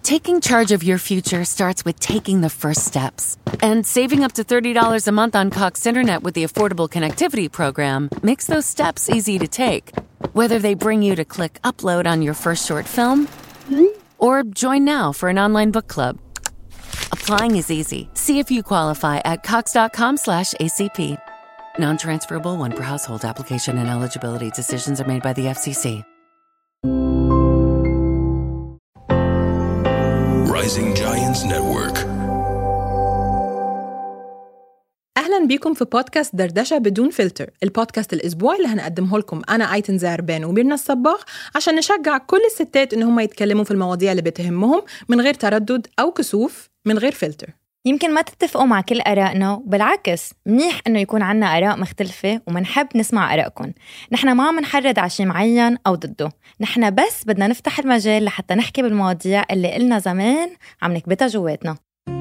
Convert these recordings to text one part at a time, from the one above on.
Taking charge of your future starts with taking the first steps. And saving up to $30 a month on Cox Internet with the Affordable Connectivity Program makes those steps easy to take. Whether they bring you to click upload on your first short film or join now for an online book club. Applying is easy. See if you qualify at cox.com/ACP. Non-transferable one per household application and eligibility decisions are made by the FCC. Rising Giants Network. أهلاً بيكم في بودكاست دردشة بدون فلتر، البودكاست الأسبوعي اللي هنقدمه لكم أنا أيتن زعربان وميرنا الصباغ عشان نشجع كل الستات إن هم يتكلموا في المواضيع اللي بتهمهم من غير تردد أو كسوف، من غير فلتر. يمكن ما تتفقوا مع كل آرائنا، وبالعكس منيح إنه يكون عنا آراء مختلفة ومنحب نسمع آرائكم. نحن ما منحرض على شيء معين أو ضده، نحن بس بدنا نفتح المجال لحتى نحكي بالمواضيع اللي قلنا زمان عم نكبتها جواتنا.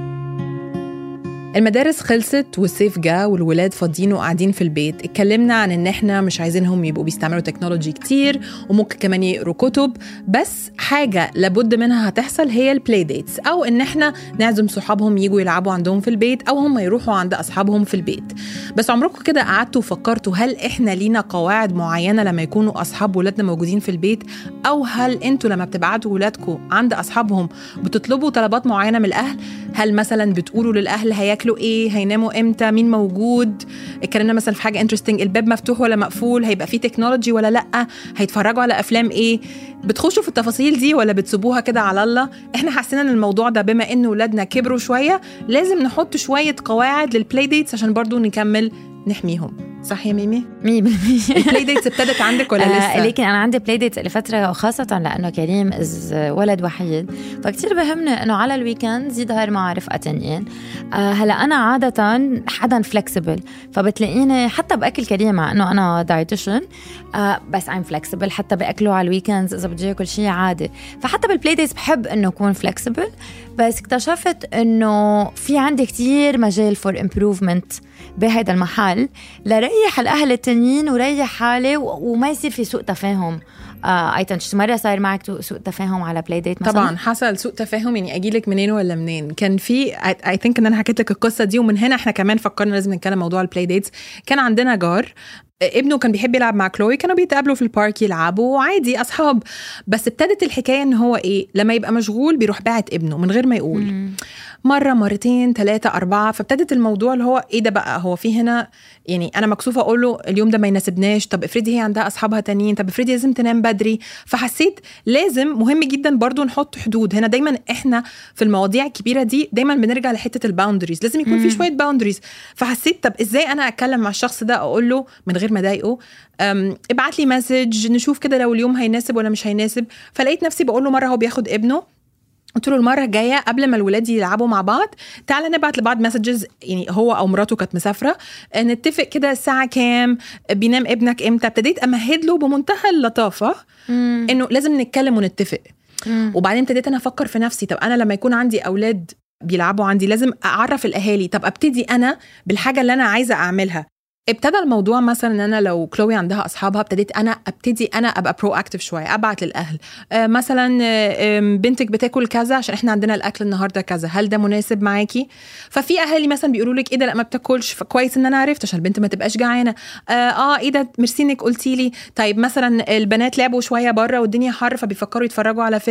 المدارس خلصت والصيف جا والولاد فاضيين وقاعدين في البيت. اتكلمنا عن ان احنا مش عايزينهم يبقوا بيستعملوا تكنولوجي كتير وممكن كمان يقروا كتب، بس حاجة لابد منها هتحصل هي البلاي ديتس، او ان احنا نعزم صحابهم يجوا يلعبوا عندهم في البيت او هم يروحوا عند اصحابهم في البيت. بس عمركم كده قعدتوا وفكرتوا هل احنا لينا قواعد معينة لما يكونوا اصحاب ولادنا موجودين في البيت، او هل انتوا لما بتبعتوا ولادكم عند اصحابهم بتطلبوا طلبات معينة من الاهل؟ هل مثلا بتقولوا للاهل هياكلوا ايه، هيناموا امتى، مين موجود؟ اتكلمنا مثلا في حاجه انترستينج، الباب مفتوح ولا مقفول، هيبقى فيه تكنولوجي ولا لا، هيتفرجوا على افلام ايه. بتخشوا في التفاصيل دي ولا بتسيبوها كده على الله؟ احنا حاسين ان الموضوع ده بما ان ولادنا كبروا شويه لازم نحط شويه قواعد للبلاي ديتس عشان برضو نكمل نحميهم. صح يا ميمي؟ 100%. البلاي ديتس ابتدت عندك ولا لسه؟ لكن أنا عندي بلاي ديتس لفترة، وخاصة لأنه كريم ولد وحيد، فكتير بهمني أنه على الويكند يظهر مع رفقتين. هلا أنا عادة حدا فلكسبل، فبتلاقيني حتى بأكل كريم مع أنه أنا دايتيشن، بس I'm فلكسبل حتى بأكله على الويكند إذا بدي أكل شيء عادي. فحتى بالبلاي ديتس بحب أنه أكون فلكسبل، بس اكتشفت أنه في عندي كتير مجال فور إمبروفمنت بهذا المحل لريح الأهل التانيين وريح حالي وما يصير في سوء تفاهم. أيتن مرة صار معك سوء تفاهم على بلاي ديت مثلا؟ طبعا حصل سوء تفاهم، يعني أجيلك منين ولا منين. كان في I think إن أنا حكيت لك القصة دي، ومن هنا إحنا كمان فكرنا لازم نتكلم موضوع البلاي ديتس. كان عندنا جار ابنه كان بيحب يلعب مع كلوي، كانوا بيتقابلوا في البارك يلعبوا عادي أصحاب، بس ابتدت الحكاية إن هو إيه، لما يبقى مشغول بيروح باعت ابنه من غير ما يقول. مرة مرتين 3 4، فابتدت الموضوع اللي هو ايه ده بقى، هو في هنا يعني انا مكسوفة اقول له اليوم ده ما يناسبناش، طب افرضي هي عندها اصحابها تانيين، طب افرضي لازم تنام بدري. فحسيت لازم مهم جدا برضو نحط حدود. هنا دايما احنا في المواضيع الكبيرة دي دايما بنرجع لحتة الباوندريز، لازم يكون في شوية باوندريز. فحسيت طب ازاي انا اتكلم مع الشخص ده اقول له من غير ما اضايقه، ابعت لي مسج نشوف كده لو اليوم هيناسب ولا مش هيناسب. فلقيت نفسي بقول له مرة هو بياخد ابنه، قلت له المرة الجاية قبل ما الولاد يلعبوا مع بعض تعالى نبعت لبعض مسجز، يعني هو أو مراته كانت مسافرة، نتفق كده الساعة كام، بينام ابنك امتى. ابتديت أمهد له بمنتهى اللطافة إنه لازم نتكلم ونتفق. وبعدين ابتديت أنا أفكر في نفسي، طب أنا لما يكون عندي أولاد بيلعبوا عندي لازم أعرف الأهالي، طب أبتدي أنا بالحاجة اللي أنا عايزة أعملها. ابتدى الموضوع مثلا ان انا لو كلوي عندها اصحابها ابتدي انا ابقى برو اكتيف شويه، ابعت للاهل مثلا بنتك بتاكل كذا عشان احنا عندنا الاكل النهارده كذا، هل ده مناسب معاكي؟ ففي اهالي مثلا بيقولوا لك ايه ده لا ما بتاكلش، فكويس ان انا عرفت عشان البنت ما تبقاش جعانه. ايه ده ميرسي انك قلتي لي. طيب مثلا البنات لعبوا شويه بره والدنيا حر فبيفكروا يتفرجوا على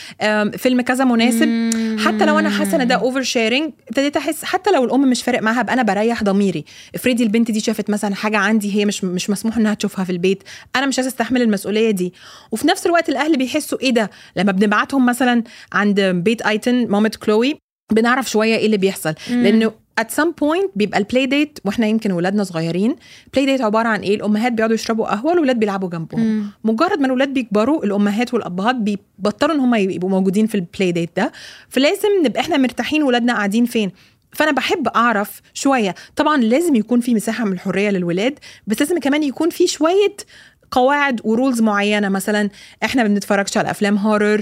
فيلم كذا مناسب. حتى لو انا حاسه ان ده اوفر شيرنج، ابتديت احس حتى لو الام مش فارق معاها، انا بريح ضميري. افرضي البنت دي شافت مثلا حاجه عندي هي مش مسموح انها تشوفها في البيت، انا مش هستحمل المسؤوليه دي. وفي نفس الوقت الاهل بيحسوا ايه ده لما بنبعتهم مثلا عند بيت ايتن مامة كلوي، بنعرف شويه ايه اللي بيحصل. لانه at some point بيبقى البلاي ديت، واحنا يمكن ولادنا صغيرين بلاي ديت عباره عن ايه، الامهات بيقعدوا يشربوا قهوه والولاد بيلعبوا جنبهم. مجرد ما الولاد بيكبروا الامهات والابهات بيبطلوا ان هم يبقوا موجودين في البلاي ديت ده، فلازم نبقى احنا مرتاحين ولادنا قاعدين فين. فأنا بحب أعرف شوية، طبعا لازم يكون في مساحة من الحرية للولاد، بس لازم كمان يكون في شوية قواعد ورولز معينة. مثلا احنا ما بنتفرجش على افلام هورر،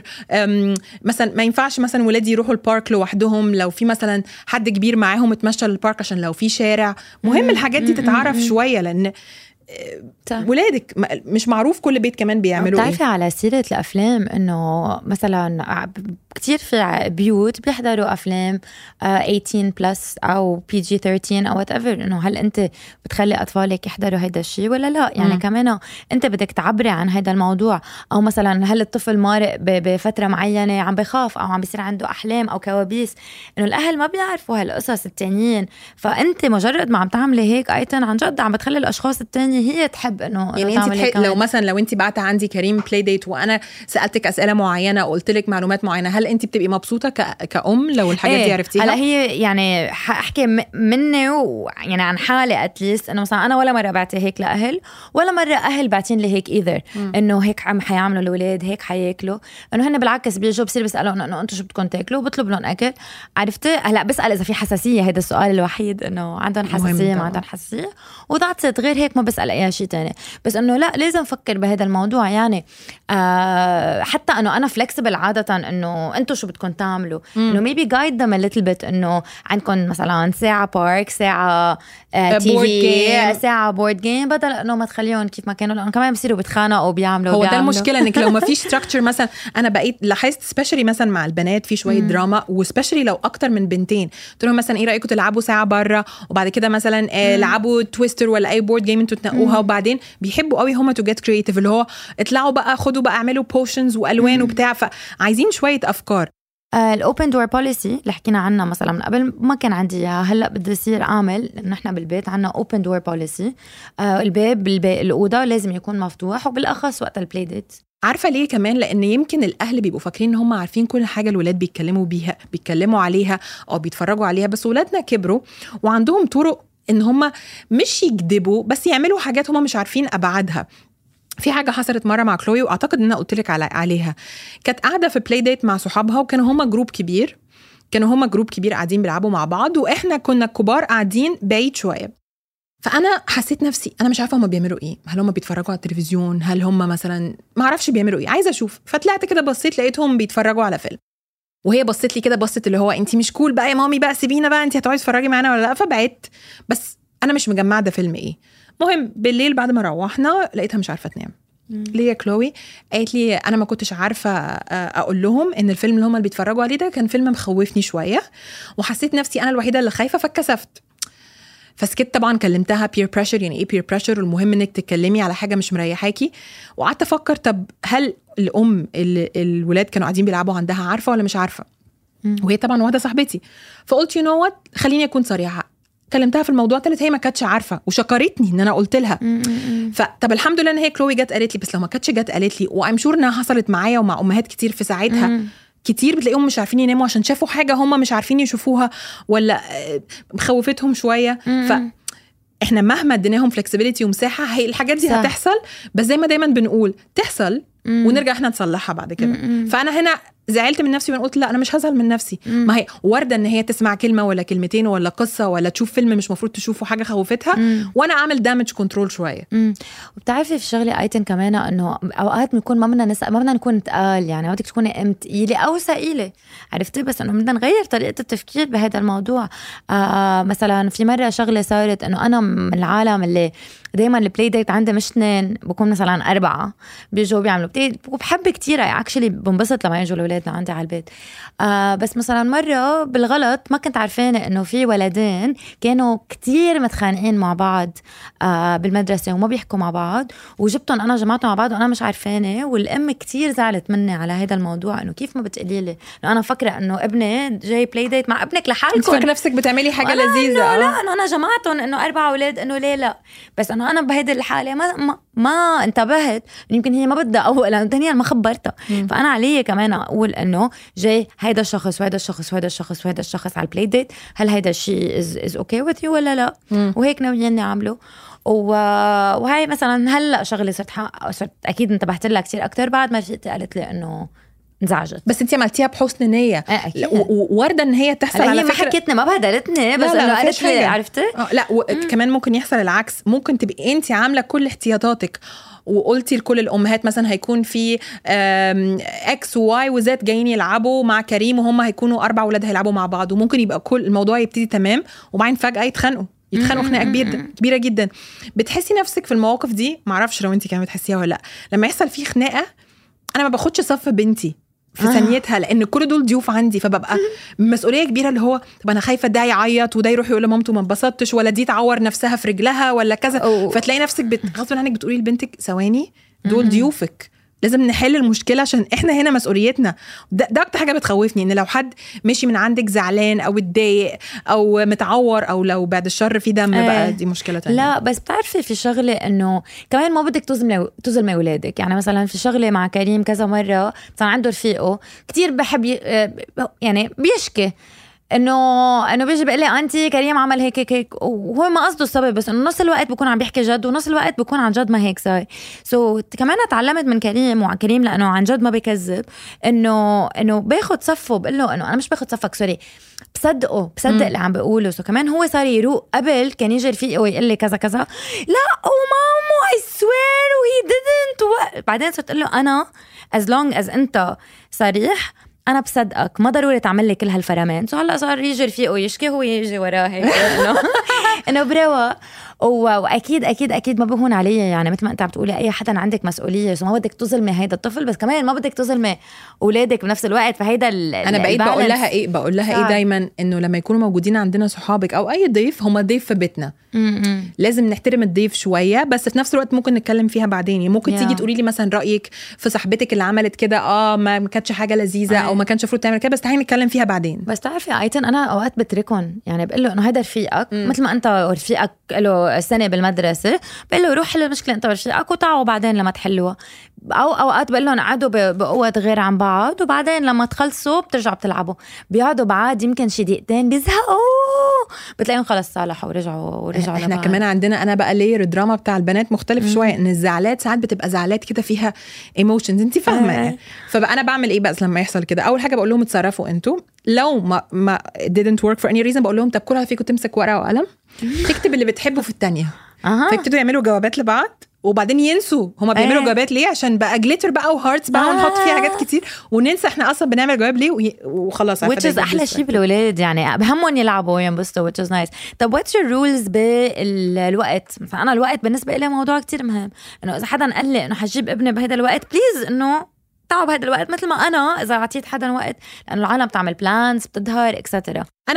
مثلا ما ينفعش مثلا ولادي يروحوا البارك لوحدهم، لو في مثلا حد كبير معاهم اتمشى للبارك عشان لو في شارع. مهم الحاجات دي تتعرف شوية، لان ولادك مش معروف كل بيت كمان بيعملوا ايه. بتعرفي على سيرة الأفلام إنه مثلا كتير في بيوت بيحضروا أفلام 18+ أو PG-13 أو whatever، إنه هل أنت بتخلي أطفالك يحضروا هيدا الشيء ولا لا؟ يعني كمان أنت بدك تعبري عن هيدا الموضوع، أو مثلا هل الطفل مارق بفترة معينة عم بخاف أو عم بيصير عنده أحلام أو كوابيس، إنه الأهل ما بيعرفوا هالقصص التانيين، فأنت مجرد ما عم تعملي هيك أيضا عن جد عم بتخلي الأشخاص التانية هي تحب إنه يعني انت لو مثلا لو انت بعت عندي كريم بلاي ديت وانا سالتك اسئله معينه وقلت لك معلومات معينه، هل انت بتبقي مبسوطه كأم لو الحاجات دي عرفتيها؟ هلا هي يعني احكي مني يعني عن حالي اتليست، انه مثلا انا ولا مره بعتي هيك لاهل، ولا مره اهل باعتين لي هيك ايذر انه هيك عم حيعملوا الاولاد هيك حياكلوا، انه هن بالعكس بيجوا بصير بيسالوا انه انتم شو بدكم تاكلوا وبطلب لهم اكل. عرفتي؟ هلا بسال اذا في حساسيه، هذا السؤال الوحيد، انه عندهم حساسيه ما عندهم حساسيه، وضعت غير هيك ما بسال اي شيء تاني. بس انه لا لازم نفكر بهذا الموضوع، يعني حتى انه انا فلكسبل عاده، انه انتم شو بدكم تعملوا، انه ميبي جايد ذم ليتل بيت، انه عندكم مثلا ساعه بارك، ساعه تي في، ساعه بورد جيم، بدل انه ما تخليهم كيف ما كانوا، لانه كمان بصيروا بيتخانقوا وبيعملوا. هو ده المشكله، انك لو ما فيش ستراكشر مثلا، انا بقيت لاحظت سبيشالي مثلا مع البنات في شويه دراما، وسبيشالي لو اكتر من بنتين قلت لهم مثلا ايه رايكم تلعبوا ساعه بره، وبعد كده مثلا لعبوا تويستر ولا اي بورد جيم انتوا تنقوها، وبعدين بيحبوا قوي هما تو جيت كرييتيف، اللي هو اطلعوا بقى خدوا بقى اعملوا بوشنز والوان وبتاع، فعايزين شويه افكار. الاوبن دور بوليسي اللي حكينا عنها مثلا من قبل ما كان عندي اياها، هلا بدي يصير اعمل، لانه احنا بالبيت عنا اوبن دور بوليسي، الباب الاوضه لازم يكون مفتوح، وبالاخص وقت البلاي ديت. عارفه ليه كمان؟ لان يمكن الاهل بيبقوا فاكرين ان هم عارفين كل حاجه الولاد بيتكلموا عليها او بيتفرجوا عليها، بس ولادنا كبروا وعندهم طرق ان هم مش يكذبوا، بس يعملوا حاجات هم مش عارفين ابعادها. في حاجه حصلت مره مع كلوي، واعتقد ان انا قلت لك عليها، كانت قاعده في بلاي ديت مع صحابها، وكانوا هما جروب كبير، قاعدين بيلعبوا مع بعض، واحنا كنا كبار قاعدين بعيد شويه. فانا حسيت نفسي انا مش عارفه هما بيعملوا ايه، هل هما بيتفرجوا على التلفزيون، هل هما مثلا ما اعرفش بيعملوا ايه، عايزه اشوف. فطلعت كده بصيت لقيتهم بيتفرجوا على فيلم، وهي بصت لي كده بصت اللي هو انتي مش كول بقى يا مامي بقى، سيبينا بقى، انتي هتقعدي تتفرجي معانا ولا لا؟ فبعدت، بس انا مش مجمعه ده فيلم ايه. مهم بالليل بعد ما روحنا لقيتها مش عارفه تنام. ليه كلوي قالت لي انا ما كنتش عارفه اقول لهم ان الفيلم اللي هم اللي بيتفرجوا عليه ده كان فيلم مخوفني شويه، وحسيت نفسي انا الوحيده اللي خايفه، فاتكسفت. فسكت طبعا، كلمتها peer pressure، يعني ايه peer pressure، والمهم انك تتكلمي على حاجه مش مريحاكي. وقعدت افكر طب هل الام اللي الولاد كانوا قاعدين بيلعبوا عندها عارفه ولا مش عارفه؟ وهي طبعا واحده صاحبتي. فقلت you know what، خليني اكون صريحه، كلمتها في الموضوع، قالت هي ما كانتش عارفه وشكرتني ان انا قلت لها. فطب الحمد لله ان هي كلوي جت قالت لي، بس لو ما كانتش جت قالت لي، وام شور انها حصلت معايا ومع امهات كتير في ساعتها. كتير بتلاقيهم مش عارفين يناموا عشان شافوا حاجه هم مش عارفين يشوفوها، ولا مخوفتهم شويه. فاحنا مهما اديناهم فلكسبيليتي ومساحه، هي الحاجات دي هتحصل، بس زي ما دايما بنقول تحصل ونرجع احنا نصلحها بعد كده. فانا هنا زعلت من نفسي وقلت لا، انا مش هزعل من نفسي. ما هي وردة ان هي تسمع كلمه ولا كلمتين ولا قصه، ولا تشوف فيلم مش مفروض تشوفه، حاجه خوفتها، وانا اعمل دامج كنترول شويه. وبتعرفي في شغله ايتن كمان، انه اوقات بنكون ما بدنا نكون تقال، يعني بدك تكوني تقيله او ثقيله، عرفتي؟ بس انه بدنا نغير طريقه التفكير بهذا الموضوع. مثلا في مره شغله صارت، انه انا من العالم اللي دايما البلاي ديت عندي مش 2، بكون مثلا 4 بيجوا بيعملوا بلاي، وبحب كتير اكشلي بنبسط لما يجوا اولادنا عندي على البيت. بس مثلا مره بالغلط ما كنت عارفانه انه في ولدين كانوا كتير متخانقين مع بعض بالمدرسه وما بيحكوا مع بعض، وجبتهم انا جمعتهم مع بعض وانا مش عارفانه، والام كتير زعلت مني على هذا الموضوع، انه كيف ما بتقولي لي، انا فكره انه ابني جاي بلاي ديت مع ابنك لحالكم، انت فاكره نفسك بتعملي حاجه لذيذه. لا انه انا جمعتهم انه 4 اولاد، انه ليه لا، بس انه انا بهيدي الحاله ما انتبهت، يمكن هي ما بدها اولا، ثانيا ما خبرتها. فانا علي كمان اقول انه جاي هيدا الشخص وهيدا الشخص وهيدا الشخص وهيدا الشخص على البلاي ديت، هل هيدا الشيء از اوكي وذ يو ولا لا؟ وهيك ناويين نعمله. وهي مثلا هلا شغله صرت اكيد انتبهت لها كثير اكثر بعد ما رفيقتي قالت لي انه انزعجت. بس انت عملتيها بحسن نيه، ووارده ان هي تحصل. على فكره ما حكيتني، ما بهدلتني، بس انه قالت لي عرفتي. لا كمان ممكن يحصل العكس، ممكن تبقي انت عامله كل احتياطاتك وقلتي لكل الامهات مثلا هيكون في اكس وواي وزد جايين يلعبوا مع كريم، وهم هيكونوا 4 ولاد هيلعبوا مع بعض، وممكن يبقى كل الموضوع يبتدي تمام، وبعدين فجاه يتخانقوا يتخانقوا خناقه كبيره جدا. بتحسي نفسك في المواقف دي؟ معرفش لو انت كمان بتحسيها ولا لا. لما يحصل فيه خناقه انا ما باخدش صف بنتي في ثانيتها، لان كل دول ضيوف عندي، فببقى مسؤوليه كبيره اللي هو طب انا خايفه ده يعيط وده يروح يقول لمامته ما انبسطتش، ولا دي تعور نفسها في رجلها ولا كذا. فتلاقي نفسك غصب عنك بتقولي لبنتك ثواني دول ضيوفك، لازم نحل المشكلة عشان احنا هنا مسؤوليتنا. ده اكتر حاجة بتخوفني، ان لو حد مشي من عندك زعلان او اتضايق او متعور او لو بعد الشر في دم بقى دي مشكلة تانية. لا بس بتعرفي في شغلة انه كمان ما بدك تظلمي اولادك. يعني مثلا في شغلة مع كريم كذا مرة مثلا عنده رفيقه كتير بحب يعني بيشكي انه بيجي بيقول لي انتي كريم عمل هيك وهو ما قصده السبب، بس انه نص الوقت بكون عم بيحكي جد ونص الوقت بكون عن جد ما هيك صار. كمان اتعلمت من كريم لانه عن جد ما بيكذب، انه باخد صفه، بقول له انه انا مش باخد صفك سوري، بصدق اللي عم بقوله. كمان هو صار يروق. قبل كان يجي رفيقي ويقول لي كذا كذا، لا مامو I swear وهي didn't بعدين صرت اقول له انا as long as انت صريح أنا بصدقك، ما ضروري تعمل لي كل هالفرمان. هلا صار يجي رفيقه يشكي هو يجي وراه هيك إنه بروا. وأكيد ما بهون علي. يعني مثل ما أنت عم تقولي أي حدا عندك مسؤولية، ما بدك تظلمي هيدا الطفل بس كمان ما بدك تظلمي أولادك بنفس الوقت. فهيدا أنا بقيت بقول لها إيه دايما، إنه لما يكونوا موجودين عندنا صحابك أو أي ضيف، هم ضيف في بيتنا، لازم نحترم الضيف شوية، بس في نفس الوقت ممكن نتكلم فيها بعدين. يعني ممكن تيجي تقولي لي مثلا رأيك في صاحبتك اللي عملت كده ما كانتش حاجة لذيذة أو ما كانش المفروض تعمل كده، بس تعالي نتكلم فيها بعدين. بس تعرفي ايتن انا اوقات بتركن، يعني بقول له انه هذا رفيقك مثل ما انت رفيقك له سنه بالمدرسه، بقول له روح حل المشكله انت ورفيقك وتعوا بعدين لما تحلوها. او اوقات بقول لهم قعدوا بقوه غير عن بعض وبعدين لما تخلصوا بترجعوا بتلعبوا. بيقعدوا بعد يمكن شي دقيقتين بيزهقوا، بتلاقيهم خلص صالحوا ورجعوا احنا لبعض. كمان عندنا انا بقى لير الدراما بتاع البنات مختلف شويه، ان الزعلات ساعات بتبقى زعلات كده فيها ايموشنز انت فاهمه. فبقى انا بعمل ايه بقى لما يحصل كده؟ اول حاجه بقول لهم اتصرفوا انتوا، لو ما didn't work for any reason بقول لهم طب كل واحد فيكم تمسك ورقه وقلم تكتب اللي بتحبه في الثانيه. فيبتدوا يعملوا جوابات لبعض وبعدين ينسوا هما بيعملوا جوابات ليه، عشان بقى جليتر بقى وهارتس بقى ونحط فيها حاجات كتير وننسى احنا اصلا بنعمل جواب ليه وخلاص. which is احلى شيء بالولاد، يعني بهمهم يلعبوا وينبسطوا which is nice. طب what's your rules بالوقت؟ فانا الوقت بالنسبه لي موضوع كتير مهم، انه اذا حدا قال لي انه حجيب ابني بهذا الوقت بليز انه تعوا بهذا الوقت مثل ما انا اذا عطيت حدا وقت، لانه العالم بتعمل بلانز بتظهر اكسترا. انا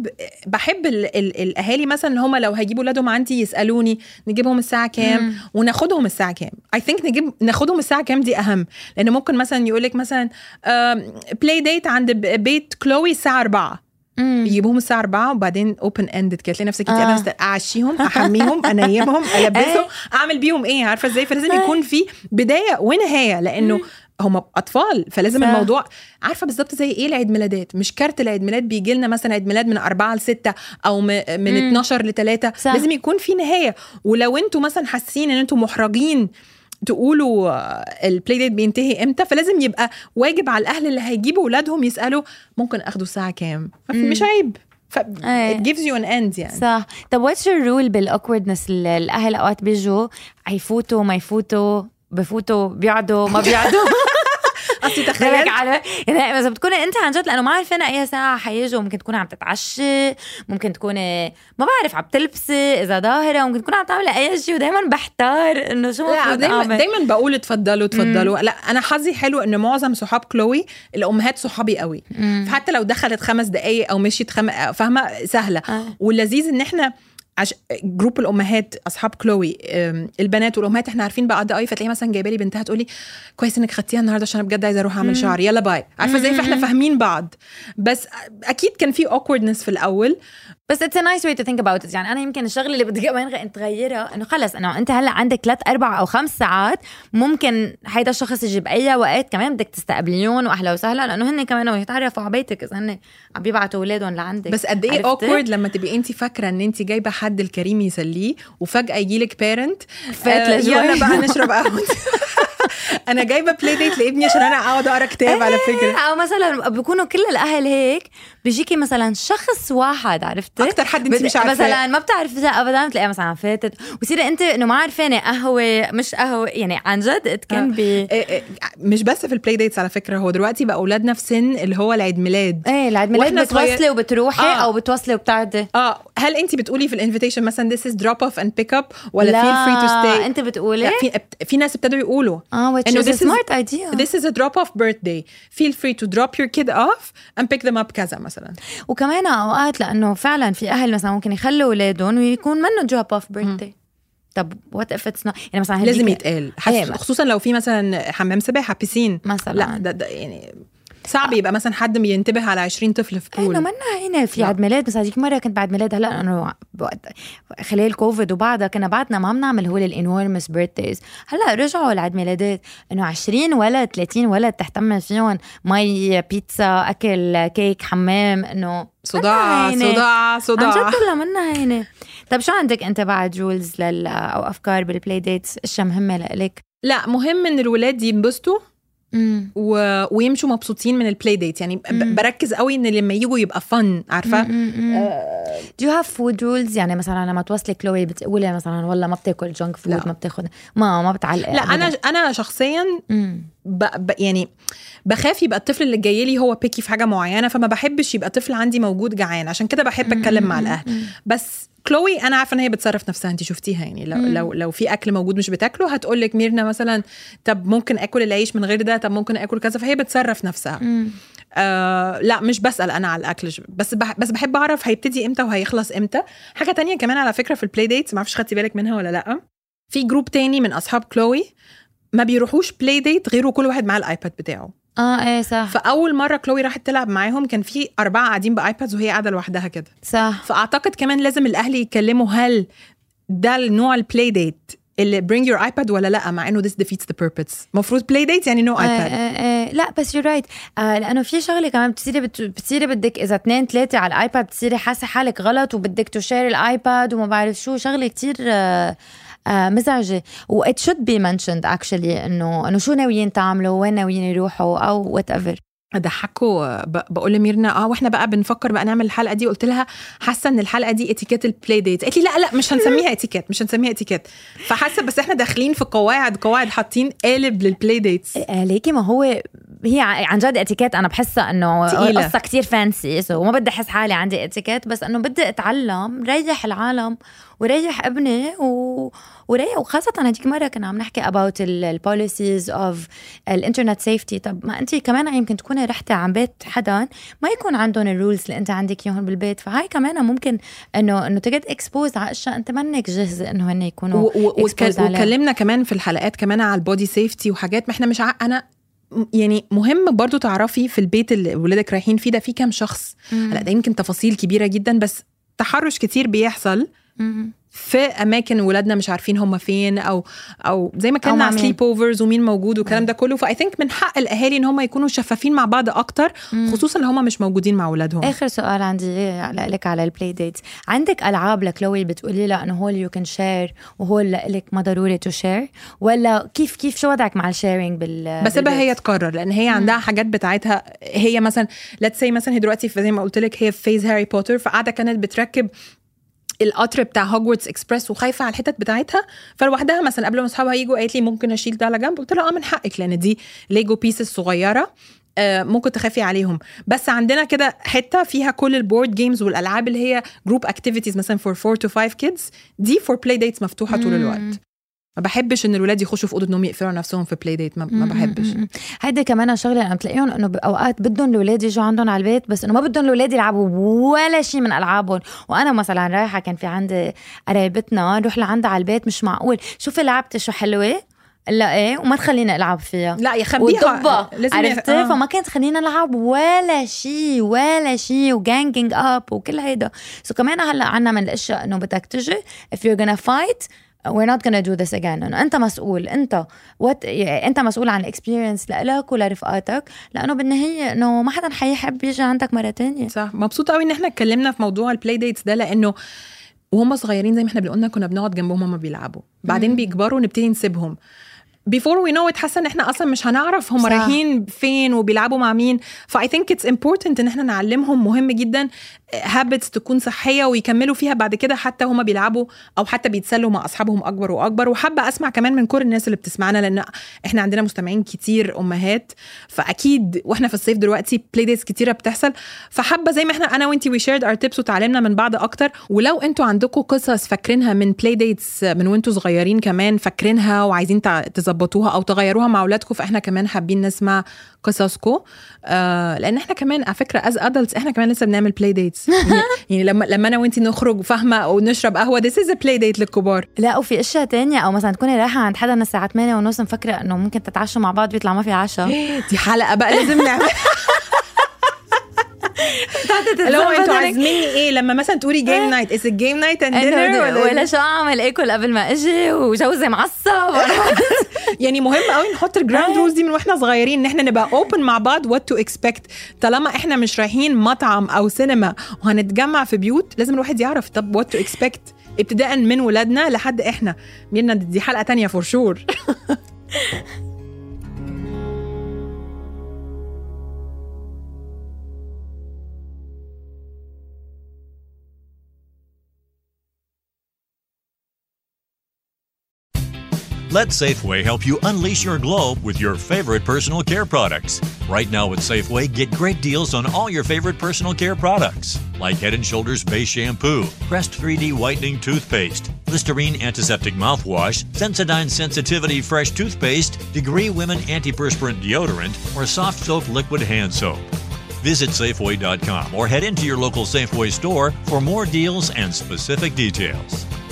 بحب الاهالي مثلا اللي هم لو هيجيبوا اولادهم عندي يسالوني نجيبهم الساعه كام وناخدهم الساعه كام. I think ناخدهم الساعه كام دي اهم، لان ممكن مثلا يقولك مثلا بلاي ديت عند بيت كلوي الساعه 4 يجيبوهم الساعه 4 وبعدين اوبن اندد كده تلاقي نفسك انت اعشيهم احميهم انيمهم البسهم اعمل بيهم ايه، عارفه ازاي؟ فلازم يكون في بدايه ونهايه، لانه هم اطفال فلازم الموضوع عارفه بالظبط زي ايه العيد ميلادات. مش كارت العيد ميلاد بيجي لنا مثلا عيد ميلاد من 4 ل 6 او من 12 ل 3، لازم يكون في نهايه. ولو انتوا مثلا حاسين ان انتوا محرجين تقولوا البلاي ديت بينتهي امتى، فلازم يبقى واجب على الاهل اللي هيجيبوا اولادهم يسالوا ممكن اخدوا الساعه كام. مش عيب. it gives you an end يعني. صح. طب what's your rule بالاوكوردنس؟ الاهل اوقات بيجوا هيفوتوا ما يفوتوا، بفوتوا بيقعدوا ما بيقعدوا اصلي تخيل على يعني اذا بتكوني انت عن جد، لانه ما عارفين اي ساعه حيجوا، ممكن تكوني عم تتعشي، ممكن تكوني ما بعرف عم تلبسي اذا ظاهره، ممكن تكوني عم تعملي اي شيء، ودائما بحتار انه شو المفروض اعمل. دايما بقول اتفضلوا. لا انا حظي حلو ان معظم صحاب كلوي الامهات صحابي قوي، فحتى لو دخلت 5 دقايق او مشيت فاهمه سهله. واللذيذ ان احنا جروب الامهات اصحاب كلوي البنات والامهات احنا عارفين بعض قوي. فتلاقي مثلا جايبه لي بنتها تقول لي كويس انك خدتيها النهارده عشان انا بجد عايزه اروح اعمل شعري، يلا باي، عارفه ازاي؟ فاحنا فاهمين بعض. بس اكيد كان في awkwardness في الاول، بس it's a nice way to think about it. يعني أنا يمكن الشغلة اللي بدي كمان تغيرها إنه خلص إنه أنت هلأ عندك 3 4 أو 5 ساعات، ممكن هيدا الشخص يجيب أي وقت كمان بدك تستقبليون وأهلا وسهلا، لأنه هن كمان يتعرفوا على بيتك إذا هن عم بيبعتوا أولادهم لعندك. بس قد إيه awkward لما تبقي أنت فاكرة إن أنت جايبة حد الكريم يسليه وفجأة يجيلك parent يلا بقى نشرب قهوة انا جايبه بلاي ديت لابني عشان انا اقعد اقرا كتاب على فكره. او مثلا بيكونوا كل الاهل هيك، بيجيكي مثلا شخص واحد عرفتي اكتر حد انت مش عارفه مثلا ما بتعرفي ابدا، تلاقيها مثلا فاتت وصيري انت انه ما عارفانه قهوه مش قهوه، يعني عن جد كان مش بس في البلاي ديتس على فكره، هو دلوقتي بقى اولادنا في سن اللي هو العيد ميلاد. العيد ميلاد بتوصلي وبتروحي او بتوصلي وبتعدي. هل انت بتقولي في الانفيتيشن مثلا this is drop off and pick up ولا feel free to stay؟ انت بتقولي في ناس ابتدوا يقولوا انه this is a smart idea, this is a drop off birthday, feel free to drop your kid off and pick them up كذا مثلا. وكمان اوقات لانه فعلا في اهل مثلا ممكن يخلوا اولادهم ويكون منه drop off birthday. طب وات اف اتس يعني مثلا لازم يتقال خصوصا لو في مثلا حمام سباحه بيسين مثلا. لا ده يعني صعب يبقى مثلا حد بينتبه على 20 طفل في بول. احنا منا هنا في عيد ميلاد، بس هذيك مره كنت بعد ميلاد هلا انه خلال كوفيد وبعدها كنا بعدنا ما بنعمل هول الانورمس بيرثديز. هلا رجعوا العيد ميلادات انه 20 ولد 30 ولد تحتمل فيهم مي بيتزا اكل كيك حمام، انه صداع عن جد ولا منا هنا. طب شو عندك انت بعد رولز او افكار بالبلاي ديتس اشياء مهمه لإلك؟ لا مهم ان الولاد ينبسطوا ويمشوا مبسوطين من البلاي ديت، يعني بركز قوي ان لما يجوا يبقى فن عارفه. do you have food rules؟ يعني مثلا لما توصلي كلوي بتقولي مثلا والله ما بتاكل جنك فود، ما بتاخد ما بتعلق. لا انا شخصيا يعني بخاف يبقى الطفل اللي جاي لي هو بيكي في حاجه معينه، فما بحبش يبقى طفل عندي موجود جعان، عشان كده بحب اتكلم مع الاهل. بس كلوي انا عارفه ان هي بتصرف نفسها، انت شفتيها يعني لو في اكل موجود مش بتاكله هتقولك ميرنا مثلا طب ممكن اكل العيش من غير ده، طب ممكن اكل كذا، فهي بتصرف نفسها. لا مش بسأل انا على الاكل، بس بحب اعرف هيبتدي امتى وهيخلص امتى. حاجه تانية كمان على فكره في البلاي ديتس، ما اعرفش خدتي بالك منها ولا لا، في جروب تاني من اصحاب كلوي ما بيروحوش بلاي ديت غيره كل واحد معاه الايباد بتاعه. ايه صح. فاول مره كلوي راحت تلعب معاهم كان في 4 قاعدين بايبادز وهي قاعده لوحدها كده. صح. فاعتقد كمان لازم الاهل يتكلموا هل ده النوع البلاي ديت اللي bring your iPad ولا لا، مع انه this defeats the purpose. مفروض play dates يعني no iPad. لا بس you're right. لانه في شغله كمان بتصيري بدك اذا 2-3 على الايباد بتصيري حاسه حالك غلط وبدك تشير الايباد وما بعرف شو، شغله كتير مزعجه. و it should be mentioned actually انه شو ناويين تعملوا، وين ناويين يروحوا او whatever. اضحكوا بقول لميرنا واحنا بقى بنفكر بقى نعمل الحلقه دي، قلت لها حاسه ان الحلقه دي اتيكيت البلاي ديت، قالت لي لا مش هنسميها اتيكيت، مش هنسميها اتيكيت. فحاسه بس احنا داخلين في قواعد حاطين قالب للبلاي ديتس. ليكي ما هو هي عن جد اتيكيت انا بحسها انه قصه كتير فانسي، وما بدي احس حالي عندي اتيكيت، بس انه بدي اتعلم ريح العالم وريح ابني وريح. وخاصة هديك مرة كنا عم نحكي about البوليسيز of الانترنت سيفتي. طب ما انت كمان يمكن تكوني رحتي عن بيت حدا ما يكون عندهم الرولز اللي انت عندك اياهم بالبيت، فهاي كمان ممكن انه تجد اكسبوز على اشياء انت منك جاهزة انه هن يكونوا اكسبوز عليها. وكلمنا كمان في الحلقات كمان على البودي سيفتي وحاجات، ما احنا مش انا يعني مهم برضو تعرفي في البيت اللي ولادك رايحين فيه ده في كام شخص. هلا ده يمكن تفاصيل كبيرة جدا، بس تحرش كتير بيحصل في اماكن ولادنا مش عارفين هم فين، او زي ما كنا على سليب اوفرز ومين موجود والكلام ده كله. فاي ثينك من حق الاهالي ان هم يكونوا شفافين مع بعض اكتر، خصوصا لو هم مش موجودين مع اولادهم. اخر سؤال عندي لك على البلاي ديتس، عندك العاب لكلوي بتقولي لها انه هول يو كان شير وهول لك ما ضروري تو شير، ولا كيف شو وضعك مع الشيرينج بس بقى هي تقرر، لان هي عندها حاجات بتاعتها. هي مثلا ليتس سي مثلا هي دلوقتي زي ما قلت لك هي في فيز هاري بوتر، فقاعده كانت بتركب القطر بتاع هوجورتس اكسبرس وخايفه على الحتت بتاعتها، فلوحدها مثلا قبل ما اصحابها يجوا قالت لي ممكن اشيل ده على جنب، قلت لها من حقك لان دي ليجو بيسز صغيره ممكن تخافي عليهم. بس عندنا كده حته فيها كل البورد جيمز والالعاب اللي هي جروب اكتيفيتيز مثلا for 4 to 5 kids، دي for play dates مفتوحه طول الوقت. ما بحبش ان الولاد يخشوا في اوضه نوم يقفلوا نفسهم في بلاي ديت، ما بحبش. هيدا كمان شغله انا بتلاقيهم انه اوقات بدهم الاولاد يجوا عندهم على البيت، بس انه ما بدهم الاولاد يلعبوا ولا شيء من العابهم. وانا مثلا رايحه كان في عندي قرايبتنا نروح لعندها على البيت، مش معقول شوفي لعبتي شو حلوه لا ايه وما تخلينا العب فيها، لا يا خبيها عرفتي فما كانت تخلينا نلعب ولا شيء وجانجينج اب وكل هيدا. سو كمان هلا عنا من الاشياء انه بدك تجي if you're gonna fight we're not gonna do this again. انه انت مسؤول، انت مسؤول عن الاكسبيرينس لك ولرفقاتك، لانه بالنهايه انه ما حدا حيحب يجي عندك مره تانية. صح. مبسوطه قوي ان احنا اتكلمنا في موضوع البلاي ديتس ده، لانه وهم صغيرين زي ما احنا بنقولنا كنا بنقعد جنبهم هم بيلعبوا، بعدين بيكبروا ونبتدي نسيبهم. before we know it حاسه ان احنا اصلا مش هنعرف هم رايحين فين وبيلعبوا مع مين. ف I think it's important ان احنا نعلمهم، مهم جدا habits تكون صحيه ويكملوا فيها بعد كده حتى هم بيلعبوا او حتى بيتسلوا مع اصحابهم اكبر واكبر. وحابه اسمع كمان من كل الناس اللي بتسمعنا، لان احنا عندنا مستمعين كتير امهات، فاكيد واحنا في الصيف دلوقتي بلاي ديتس كتيره بتحصل، فحابه زي ما احنا انا وانتي we shared our tips وتعلمنا من بعض اكتر. ولو انتوا عندكم قصص فاكرينها من بلاي ديتس من وانتوا صغيرين كمان فاكرينها وعايزين تظبطوها او تغيروها مع اولادكم، فاحنا كمان حابين نسمع قصصكم. لان احنا كمان على فكره as adults احنا كمان لسه بنعمل بلاي ديتس يعني لما انا وانتي نخرج فاهمه او نشرب قهوه this is a play date للكبار. لا وفي اشياء تانية، او مثلا تكوني رايحه عند حدا الساعه 8:30 مفكره انه ممكن تتعشوا مع بعض بيطلع ما في عشاء. دي حلقه بقى لازم نعمل. لو انتوا عازميني ايه لما مثلا تقولي جيم نايت is it game night and dinner ولا شو اعمل اكل قبل ما اجي وجوزي معصب. يعني مهم قوي نحط الجراوند رولز دي من واحنا صغيرين ان احنا نبقى open مع بعض what to expect. طالما احنا مش رايحين مطعم او سينما وهنتجمع في بيوت، لازم الواحد يعرف طب what to expect ابتداء من ولادنا لحد احنا. ميرنا دي حلقة تانية for sure. Let Safeway help you unleash your glow with your favorite personal care products. Right now at Safeway, get great deals on all your favorite personal care products, like Head & Shoulders Base Shampoo, Crest 3D Whitening Toothpaste, Listerine Antiseptic Mouthwash, Sensodyne Sensitivity Fresh Toothpaste, Degree Women Antiperspirant Deodorant, or Soft Soap Liquid Hand Soap. Visit Safeway.com or head into your local Safeway store for more deals and specific details.